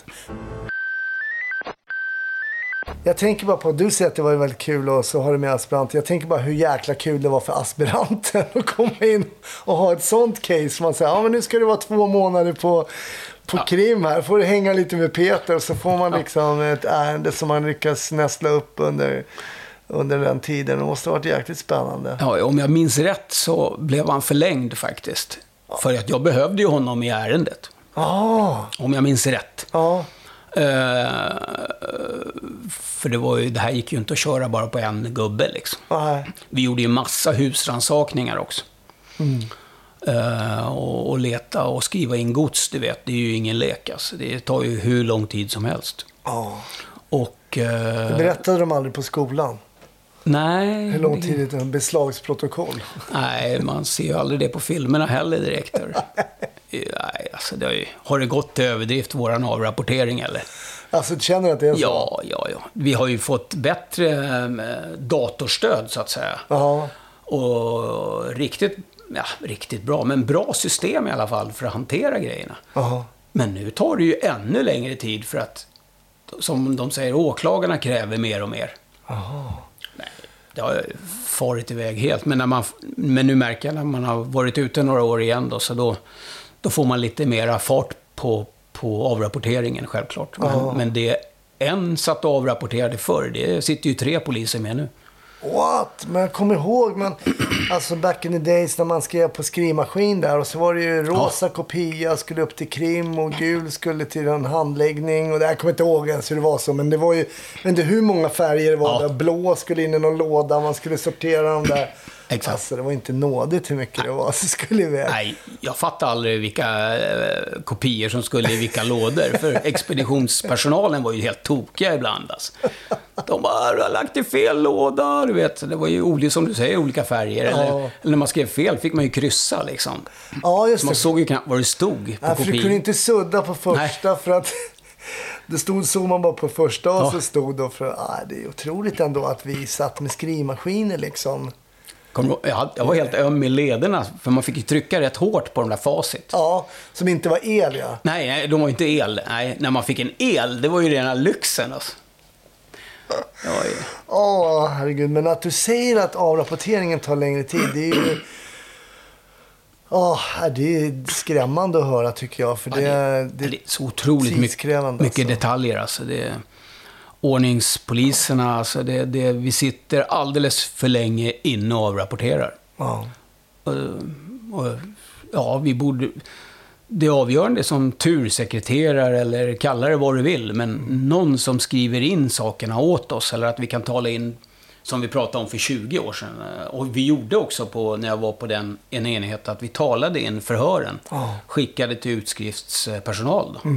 Jag tänker bara på, du säger att det var väldigt kul och så har du med aspirant. Jag tänker bara hur jäkla kul det var för aspiranten att komma in och ha ett sånt case. Man säger, men nu ska det vara 2 månader på Krim här. Får du hänga lite med Peter och så får man liksom ett ärende som man lyckas nästla upp under den tiden. Det måste ha varit jäkligt spännande. Ja, om jag minns rätt så blev han förlängd faktiskt. För att jag behövde ju honom i ärendet. Om jag minns rätt. För det här gick ju inte att köra bara på en gubbe liksom. Vi gjorde ju massa husrannsakningar också. Och leta och skriva in gods, du vet, det är ju ingen lek alltså. Det tar ju hur lång tid som helst. Och det berättade de aldrig på skolan? Nej. Hur lång tid är det? Beslagsprotokoll? Nej, man ser ju aldrig det på filmerna heller direkt. Nej, alltså har det gått till överdrift våran avrapportering eller? Alltså, du känner att det är så? Ja. Vi har ju fått bättre datorstöd så att säga. Och riktigt bra, men bra system i alla fall för att hantera grejerna. Men nu tar det ju ännu längre tid för att, som de säger, åklagarna kräver mer och mer. Nej, det har farit iväg helt. Men nu märker jag när man har varit ute några år igen då, så då får man lite mera fart på avrapporteringen självklart. Men det en satt och avrapporterade förr, det sitter ju 3 poliser med nu. What? Men jag kommer ihåg, alltså back in the days när man skrev på skrivmaskin där och så var det ju rosa kopia skulle upp till Krim och gul skulle till en handläggning och jag kommer inte ihåg ens hur det var så, men det var ju, men det hur många färger det var där, blå skulle in i någon låda, man skulle sortera dem där. Exakt. Alltså det var inte nådigt hur mycket det var så skulle iväg. Nej, jag fattar aldrig vilka kopior som skulle i vilka lådor, för expeditionspersonalen var ju helt tokiga ibland alltså. De bara, du har lagt i fel låda, du vet. Det var ju som du säger, olika färger. Eller när man skrev fel fick man ju kryssa liksom. Ja, just det. Man såg ju knappt vad det stod på För kopian. du kunde inte sudda på första för att det såg man bara på första och så stod då för det är otroligt ändå att vi satt med skrivmaskiner liksom. Jag var helt öm i lederna för man fick ju trycka rätt hårt på de där facit. Ja, som inte var el, ja. Nej, de var inte el. Nej, när man fick en el, det var ju rena lyxen alltså. Herregud. Men att du säger att avrapporteringen tar längre tid, det är ju... det är skrämmande att höra tycker jag. För det är så otroligt mycket detaljer. Alltså. Det är ordningspoliserna, alltså vi sitter alldeles för länge inne och avrapporterar. Vi borde... Det avgörande som tursekreterare eller kallar det vad du vill, men någon som skriver in sakerna åt oss eller att vi kan tala in som vi pratade om för 20 år sedan. Och vi gjorde också när jag var på en enhet att vi talade in förhören. Skickade till utskriftspersonal. Då.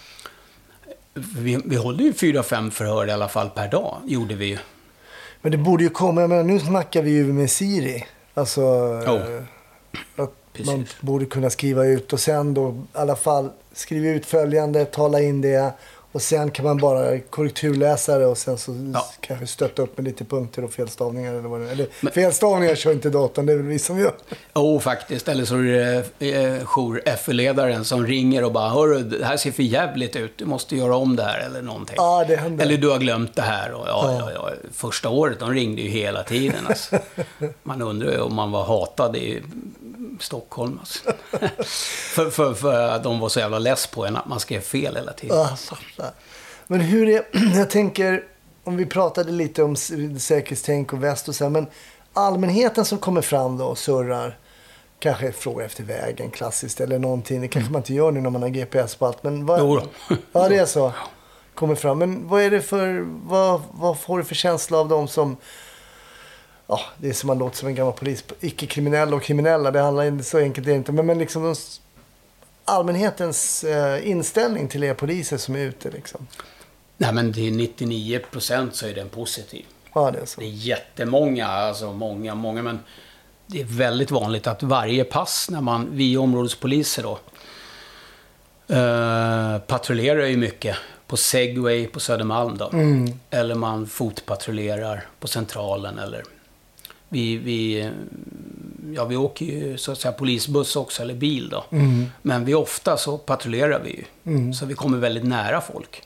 Vi håller ju 4-5 förhör i alla fall per dag, gjorde vi ju. Men det borde ju komma, nu snackar vi ju med Siri. Alltså, att man borde kunna skriva ut och sen då i alla fall skriva ut följande, tala in det. Och sen kan man bara korrekturläsa det och sen så kanske stötta upp med lite punkter och felstavningar eller vad det är. Eller felstavningar kör inte datorn, det är väl vi som gör. Faktiskt. Eller så är det jour-FU-ledaren som ringer och bara, hörru, det här ser för jävligt ut, du måste göra om det här eller någonting. Det händer. Eller du har glömt det här. Och första året, de ringde ju hela tiden. Alltså. Man undrar ju om man var hatad i Stockholm. Alltså. för att de var så jävla less på en att man skrev fel hela tiden. Men hur är, jag tänker, om vi pratade lite om säkerhetstänk och väst och så här, men allmänheten som kommer fram då och surrar, kanske frågar efter vägen klassiskt eller någonting, det kanske man inte gör nu när man har GPS på allt, men det är så, kommer fram, men vad är det för, vad får du för känsla av dem som det är som man låter som en gammal polis, icke-kriminella och kriminella, det handlar inte så enkelt det är inte, men liksom allmänhetens inställning till er poliser som är ute liksom. Nej, men det är 99% så är den positiv. Ja, det är så. Det är jättemånga, alltså många, men det är väldigt vanligt att varje pass när vi områdespoliser då patrullerar ju mycket på Segway på Södermalm då. Eller man fotpatrullerar på Centralen eller vi åker ju så att säga polisbuss också eller bil då. Men vi ofta så patrullerar vi ju. Så vi kommer väldigt nära folk.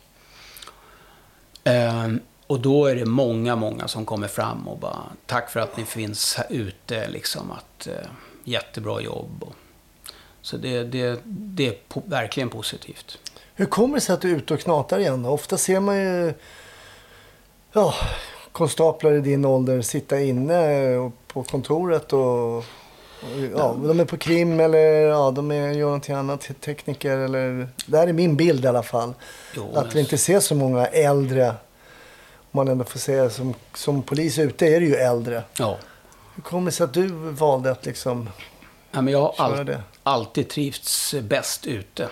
Och då är det många som kommer fram och bara tack för att ni finns här ute liksom, att jättebra jobb. Så det är verkligen positivt. Hur kommer det sig att du är ute och knatar igen? Ofta ser man ju konstaplar i din ålder sitta inne på kontoret och de är på krim eller de gör någonting annat, tekniker eller... Det här är min bild i alla fall. Att vi inte ser så många äldre, om man ändå får säga, som polis ute är det ju äldre. Ja. Hur kommer det sig att du valde att liksom men jag har alltid trivts bäst ute.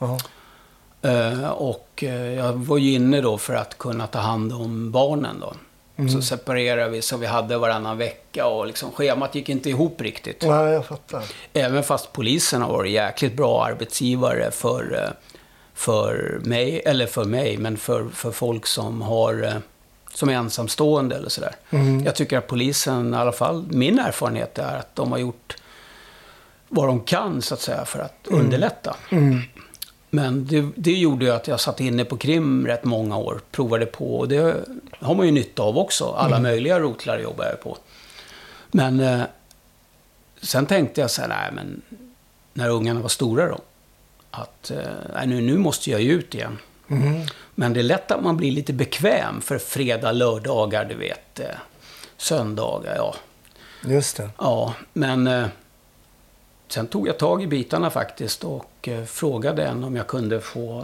Och jag var ju inne då för att kunna ta hand om barnen då. Så separerade vi så vi hade varannan vecka och liksom schemat gick inte ihop riktigt. Ja, jag fattar. Även fast polisen har varit jäkligt bra arbetsgivare för mig, men för folk som är ensamstående eller sådär. Jag tycker att polisen, i alla fall min erfarenhet är att de har gjort vad de kan så att säga för att underlätta. Men det gjorde ju att jag satt inne på krim rätt många år, provade på, och det har man ju nytta av också. Alla möjliga rotlar jobbar jag på. Men sen tänkte jag så här, men när ungarna var stora då, att nu måste jag ju ut igen. Men det är lätt att man blir lite bekväm för fredag, lördagar, du vet, söndagar, Just det. Ja, men sen tog jag tag i bitarna faktiskt och frågade en om jag kunde få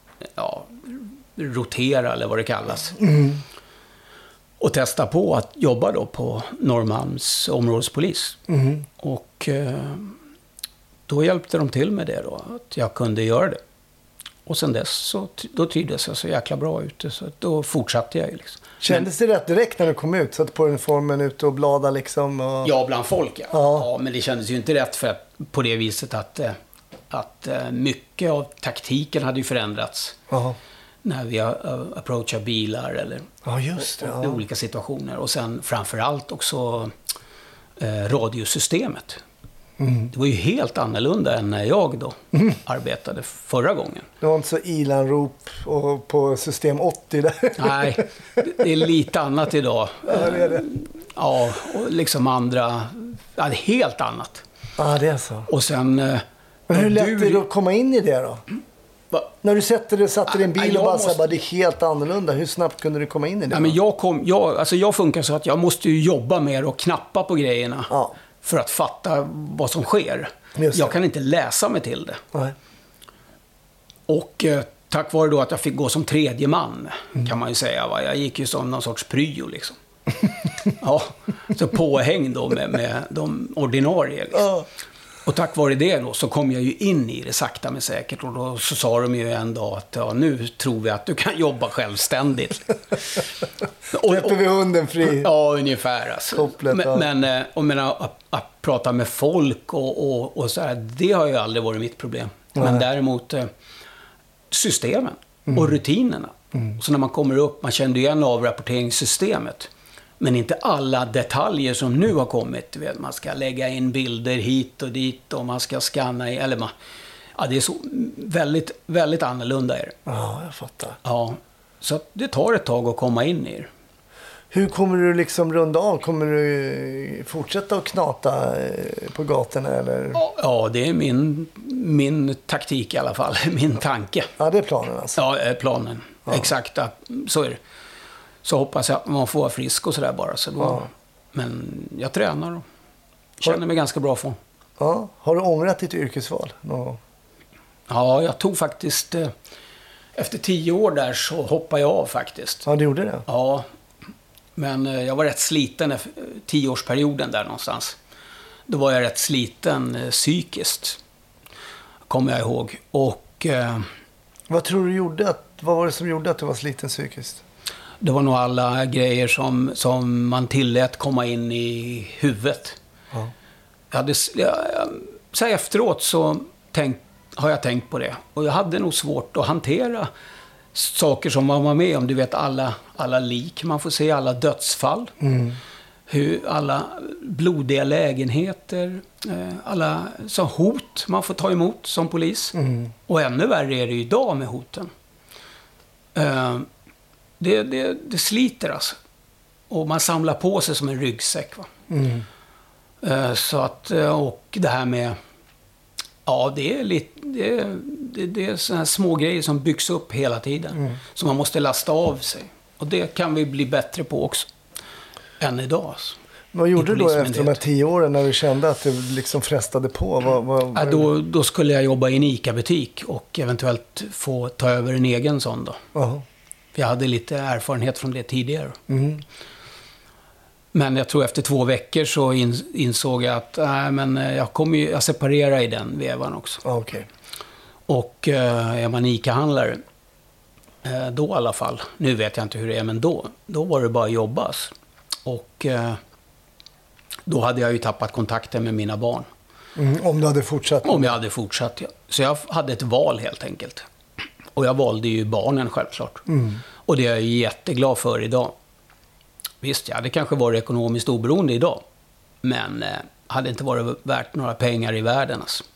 rotera eller vad det kallas. Och testa på att jobba då på Norrmalms områdespolis. Och då hjälpte de till med det då, att jag kunde göra det. Och sen dess så då trivdes jag så jäkla bra ute. Så då fortsatte jag ju liksom. Kändes det rätt direkt när du kom ut? Satt på uniformen ute och blada liksom? Och... Ja, bland folk, ja. Men det kändes ju inte rätt för att, på det viset att mycket av taktiken hade ju förändrats. Aha. När vi approachar bilar eller just det, i olika situationer. Och sen framförallt också radiosystemet. Det var ju helt annorlunda än när jag då arbetade förra gången. Det var inte så ilanrop och på system 80 där. Nej, det är lite annat idag. Ja, det är det. Ja, och liksom andra... Ja, det är helt annat. Ja, det är så. Och sen... Men hur lätt är det att komma in i det då? Va? När du satte dig i en bil och bara det är helt annorlunda. Hur snabbt kunde du komma in i det? Ja, men jag funkar så att jag måste ju jobba mer och knappa på grejerna. Ja. För att fatta vad som sker. Jag kan inte läsa mig till det. Nej. Och tack vare då att jag fick gå som tredje man, kan man ju säga. Va? Jag gick ju som någon sorts pryo liksom. Ja, så påhäng då med de ordinarie liksom. Och tack vare det då så kom jag ju in i det sakta men säkert. Och då så sa de ju en dag att nu tror vi att du kan jobba självständigt. Släpper vi hunden fri? Ja, ungefär. Alltså. Kopplet, men att prata med folk och så här, det har ju aldrig varit mitt problem. Nej. Men däremot systemen och rutinerna. Så när man kommer upp, man kände igen avrapporteringssystemet. Men inte alla detaljer som nu har kommit. Du vet, man ska lägga in bilder hit och dit och man ska scanna i, eller det är så väldigt, väldigt annorlunda är det. Ja, jag fattar. Ja, så det tar ett tag att komma in i det. Hur kommer du liksom runda av? Kommer du fortsätta att knata på gatorna eller? Ja, det är min taktik i alla fall, min tanke. Ja, det är planen alltså. Ja, planen. Ja. Exakt, så är det. Så hoppas jag att man får vara frisk och sådär bara. Så då, men jag tränar och känner mig ganska bra form. Ja, har du ångrat ditt yrkesval? Ja, jag tog faktiskt... Efter 10 år där så hoppade jag av faktiskt. Ja, du gjorde det? Ja, men jag var rätt sliten 10-årsperioden där någonstans. Då var jag rätt sliten psykiskt, kommer jag ihåg. Och... Vad tror du vad var det som gjorde att du var sliten psykiskt? Det var nog alla grejer som man tillät komma in i huvudet. Ja. Så efteråt så har jag tänkt på det. Och jag hade nog svårt att hantera saker som man var med om. Du vet alla lik, man får se alla dödsfall. Hur alla blodiga lägenheter, alla så hot man får ta emot som polis. Och ännu värre är det idag med hoten. Det sliter alltså. Och man samlar på sig som en ryggsäck. Va? Så att, och det här med... Ja, det är såna här små grejer som byggs upp hela tiden. Så man måste lasta av sig. Och det kan vi bli bättre på också. Än idag. Alltså. Vad gjorde du då efter de här 10 åren när du kände att det liksom frestade på? Då skulle jag jobba i en ICA-butik och eventuellt få ta över en egen sån då. För jag hade lite erfarenhet från det tidigare. Men jag tror efter 2 veckor så insåg jag att jag separerar i den vevan också. Okay. Och är man ICA-handlare, då i alla fall, nu vet jag inte hur det är, men då var det bara att jobbas. Och då hade jag ju tappat kontakten med mina barn. Om du hade fortsatt? Om jag hade fortsatt, ja. Så jag hade ett val helt enkelt. Och jag valde ju barnen självklart. Och det är jag jätteglad för idag. Visst, jag hade kanske varit ekonomiskt oberoende idag. Men hade inte varit värt några pengar i världen. Alltså.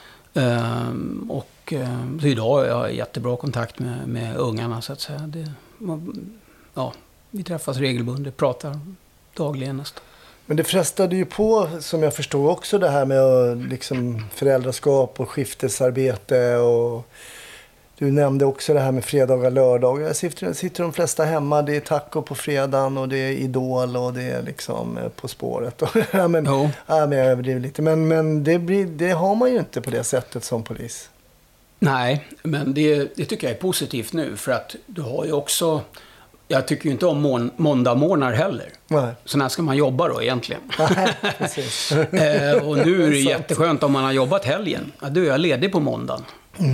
Så idag har jag jättebra kontakt med ungarna så att säga. Vi träffas regelbundet, pratar dagligen nästan. Men det frestade ju på, som jag förstår också, det här med liksom föräldraskap och skiftesarbete. Och du nämnde också det här med fredagar och lördagar. Sitter de flesta hemma, det är taco på fredagen och det är Idol och det är liksom På spåret. Men jag överdriver lite. Men det har man ju inte på det sättet som polis. Nej, men det tycker jag är positivt nu. För att du har ju också... Jag tycker ju inte om måndagmorgnar heller. Nej. Så när ska man jobba då egentligen? Nej, precis. Och nu är det jätteskönt om man har jobbat helgen. Ja, då är jag ledig på måndagen.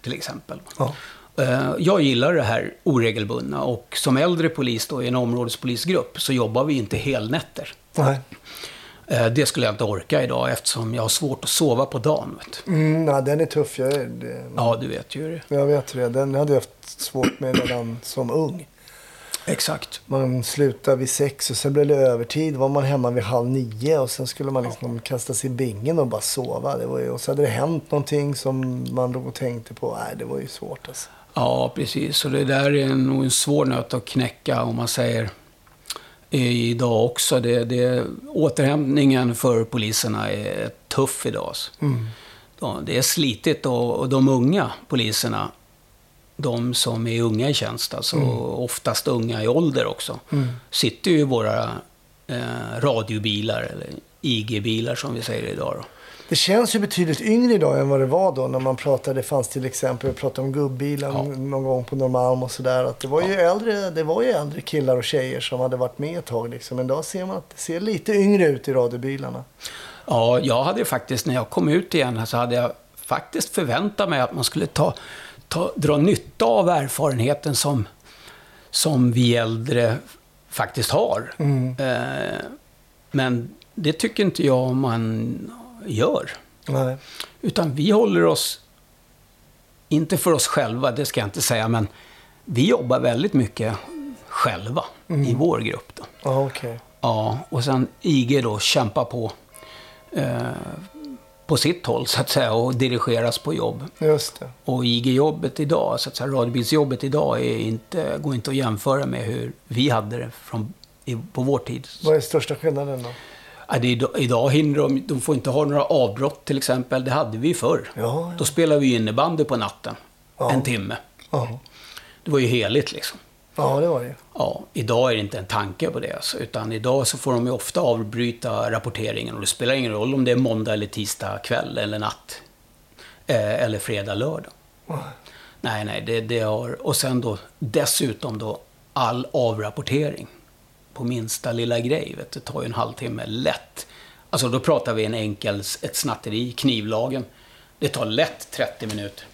till exempel. Ja. Jag gillar det här oregelbundna, och som äldre polis då i en områdespolisgrupp så jobbar vi inte helnätter. Nej. Det skulle jag inte orka idag eftersom jag har svårt att sova på dagen. Vet du. Nej, den är tuff. Ja, du vet ju det. Jag vet det. Den hade jag haft svårt med redan som ung. Exakt. Man slutade vid 6 och sen blev det övertid. Var man hemma vid 8:30 och sen skulle man liksom kasta sig i bingen och bara sova. Och så hade det hänt någonting som man då tänkte på. Nej, det var ju svårt alltså. Ja, precis. Och det där är nog en svår nöt att knäcka om man säger idag också. Återhämtningen för poliserna är tuff idag. Alltså. Det är slitigt, och de unga poliserna, de som är unga i tjänst, alltså oftast unga i ålder också, sitter ju i våra radiobilar eller IG-bilar som vi säger idag då. Det känns ju betydligt yngre idag än vad det var då när man pratade. Det fanns till exempel, jag pratade om gubbilen någon gång på Norrmalm och sådär. Att det var ju äldre killar och tjejer som hade varit med ett tag liksom. Men idag ser man att det ser lite yngre ut i radiobilarna. Ja, jag hade faktiskt, när jag kom ut igen så hade jag faktiskt förväntat mig att man skulle dra nytta av erfarenheten som vi äldre faktiskt har. Men det tycker inte jag man gör. Nej. Utan vi håller oss, inte för oss själva, det ska jag inte säga, men vi jobbar väldigt mycket själva i vår grupp då. Okay. Ja, och sen IG då kämpar på sitt håll så att säga och dirigeras på jobb. Just det. Och IG-jobbet idag, så att säga, radiobilsjobbet idag går inte att jämföra med hur vi hade det på vår tid. Vad är största skillnaden då? Ja, idag hindrar de får inte ha några avbrott till exempel. Det hade vi förr. Ja. Då spelade vi innebandy på natten. Ja. En timme. Ja. Det var ju heligt liksom. Ja, det var det. Ja, idag är det inte en tanke på det. Alltså, utan idag så får de ju ofta avbryta rapporteringen. Och det spelar ingen roll om det är måndag eller tisdag kväll eller natt. Eller fredag, lördag. Nej, det har... Och sen då dessutom då all avrapportering. På minsta lilla grej, vet du, det tar ju en halvtimme lätt. Alltså då pratar vi ett snatteri, knivlagen. Det tar lätt 30 minuter.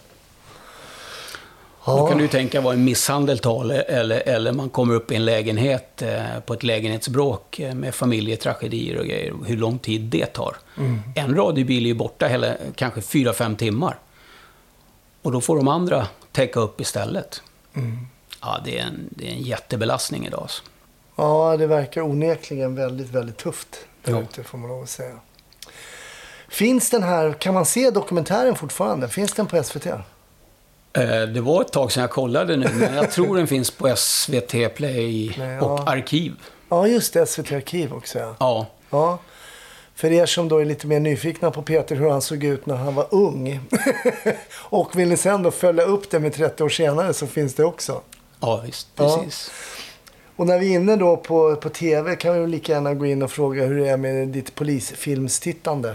Ja. Då kan du tänka vad en misshandel tar eller man kommer upp i en lägenhet på ett lägenhetsbråk med familjetragedier och grejer. Hur lång tid det tar. En radiobil är ju borta kanske 4-5 timmar. Och då får de andra täcka upp istället. Ja, det är en jättebelastning idag. Alltså. Ja, det verkar onekligen väldigt, väldigt tufft där ute, får man lov att säga. Finns den här, kan man se dokumentären fortfarande? Finns den på SVT? Det var ett tag sedan jag kollade nu, men jag tror den finns på SVT Play och Arkiv. Ja, just det, SVT Arkiv också. Ja. För er som då är lite mer nyfikna på Peter, hur han såg ut när han var ung. Och vill ni sen då följa upp det med 30 år senare, så finns det också. Ja, visst, precis. Ja. Och när vi är inne då på tv kan vi lika gärna gå in och fråga hur det är med ditt polisfilmstittande.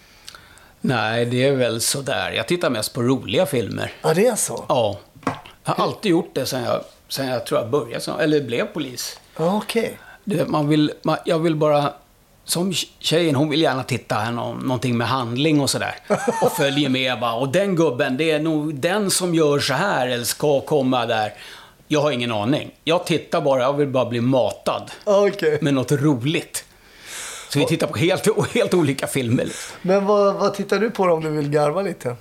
Nej, det är väl så där. Jag tittar mest på roliga filmer. Ja, det är så? Ja. Jag har alltid gjort det sen jag tror jag började eller blev polis. Ja, okej. Jag vill bara... Som tjejen, hon vill gärna titta någonting med handling och sådär. Och följer med bara. Och den gubben, det är nog den som gör så här eller ska komma där. Jag har ingen aning. Jag tittar bara, jag vill bara bli matad. Med något roligt. Så vi tittar på helt olika filmer. Men vad tittar du på om du vill garva lite?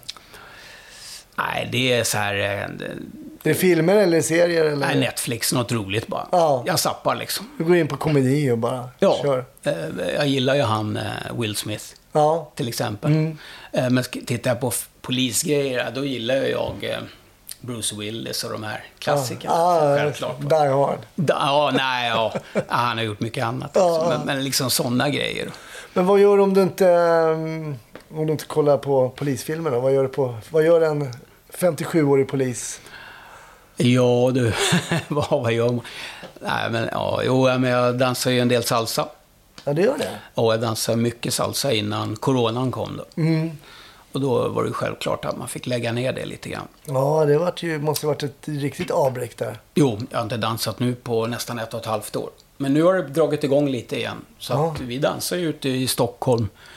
Nej, det är så här... Det är filmer eller serier? Eller? Nej, Netflix, något roligt bara. Ja. Jag zappar liksom. Du går in på komedi och bara kör. Jag gillar ju han Will Smith till exempel. Men tittar jag på polisgrejer, då gillar jag... Bruce Willis och de här klassikerna. Självklart. Die Hard. Han har gjort mycket annat. Men liksom sådana grejer. Men vad gör du om du inte kollar på polisfilmer då? Vad gör en 57-årig polis? Ja, du. vad gör man? Nej, men jag dansar ju en del salsa. Ja, det gör det? Ja, jag dansade mycket salsa innan coronan kom då. Och då var det självklart att man fick lägga ner det lite grann. Ja, det måste ha varit ett riktigt avbräck där. Jo, jag har inte dansat nu på nästan 1,5 år. Men nu har det dragit igång lite igen. Så att vi dansar ju ute i Stockholm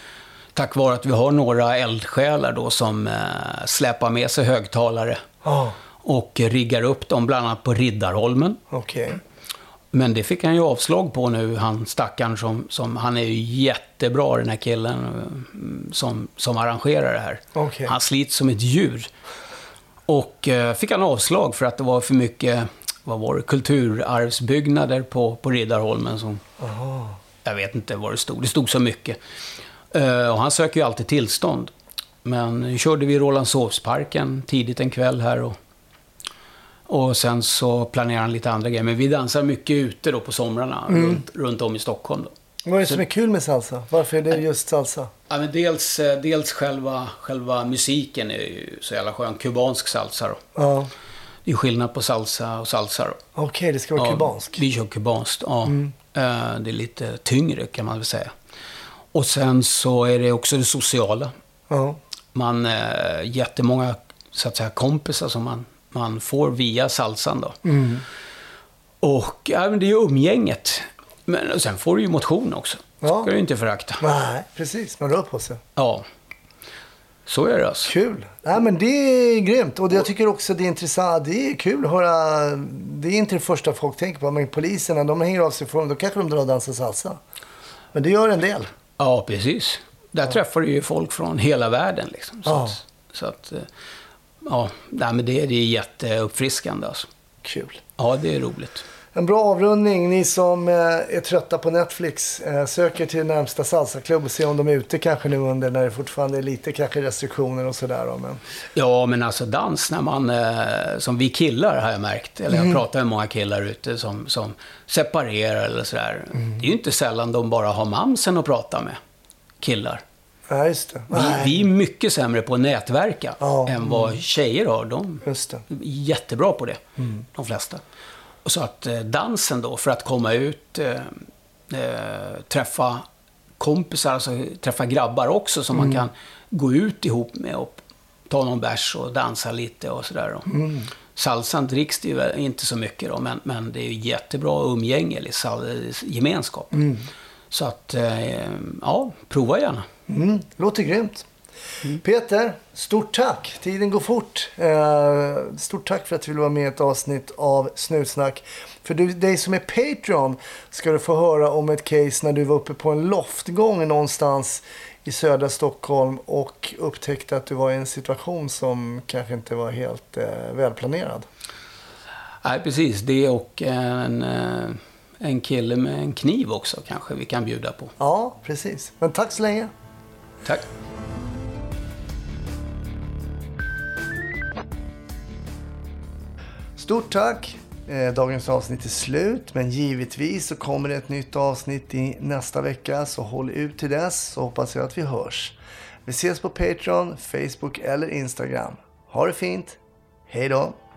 tack vare att vi har några eldsjälar då som släpar med sig högtalare och riggar upp dem bland annat på Riddarholmen. Okej. Men det fick han ju avslag på nu, han stackaren som han är ju jättebra, den här killen som arrangerar det här. Okej. Han slits som ett djur. Och fick han avslag för att det var för mycket, vad var det, kulturarvsbyggnader på Riddarholmen som... Jag vet inte vad det stod. Det stod så mycket. Och han söker ju alltid tillstånd. Men nu körde vi i Rålambshovsparken tidigt en kväll här. Och sen så planerar han lite andra grejer. Men vi dansar mycket ute då på somrarna runt om i Stockholm. Då. Vad är det som är kul med salsa? Varför är det just salsa? Ja, men dels själva musiken är ju så jävla skön. Kubansk salsa då. Ja. Det är skillnad på salsa och salsa då. Okej, det ska vara kubansk. Vi kör kubanskt, ja. Det är lite tyngre kan man väl säga. Och sen så är det också det sociala. Ja. Man jättemånga så att säga kompisar som man får via salsan då. Och men det är ju umgänget. Men och sen får du ju motion också. Ska du inte förakta. Nej, precis. Man rör på sig. Ja. Så är det alltså. Kul. Nej, men det är grymt. Och jag tycker också det är intressant. Det är kul att höra. Det är inte det första folk tänker på. Men poliserna, de hänger av sig från. Då kanske de drar och dansar salsa. Men det gör en del. Ja, precis. Där träffar du ju folk från hela världen liksom. Men det är jätteuppfriskande alltså. Kul. Ja, det är roligt. En bra avrundning. Ni som är trötta på Netflix, söker till närmsta salsaklubb och se om de är ute kanske nu under när det fortfarande är lite kanske restriktioner och sådär. Men... Ja, men alltså dans när man, som vi killar har jag märkt, eller jag pratar med många killar ute som separerar eller sådär. Det är ju inte sällan de bara har mamsen att prata med, killar. Ja, just det. Vi är mycket sämre på att nätverka än vad tjejer har. De är jättebra på det, de flesta. Och så att dansen då, för att komma ut, träffa kompisar, alltså träffa grabbar också som man kan gå ut ihop med och ta någon bärs och dansa lite och sådär. Salsan dricks det ju inte så mycket då, men det är ju jättebra umgänge, gemenskap. Så att, prova gärna. Låter grymt. Peter, stort tack. Tiden går fort. Stort tack för att du vill vara med i ett avsnitt av Snutsnack. För dig som är Patreon ska du få höra om ett case när du var uppe på en loftgång någonstans i södra Stockholm och upptäckte att du var i en situation som kanske inte var helt välplanerad. Nej, precis. Det och en kille med en kniv också kanske vi kan bjuda på. Ja, precis. Men tack så länge. Tack. Stort tack. Dagens avsnitt är slut, men givetvis så kommer det ett nytt avsnitt i nästa vecka, så håll ut till dess, så hoppas jag att vi hörs. Vi ses på Patreon, Facebook eller Instagram. Ha det fint. Hej då!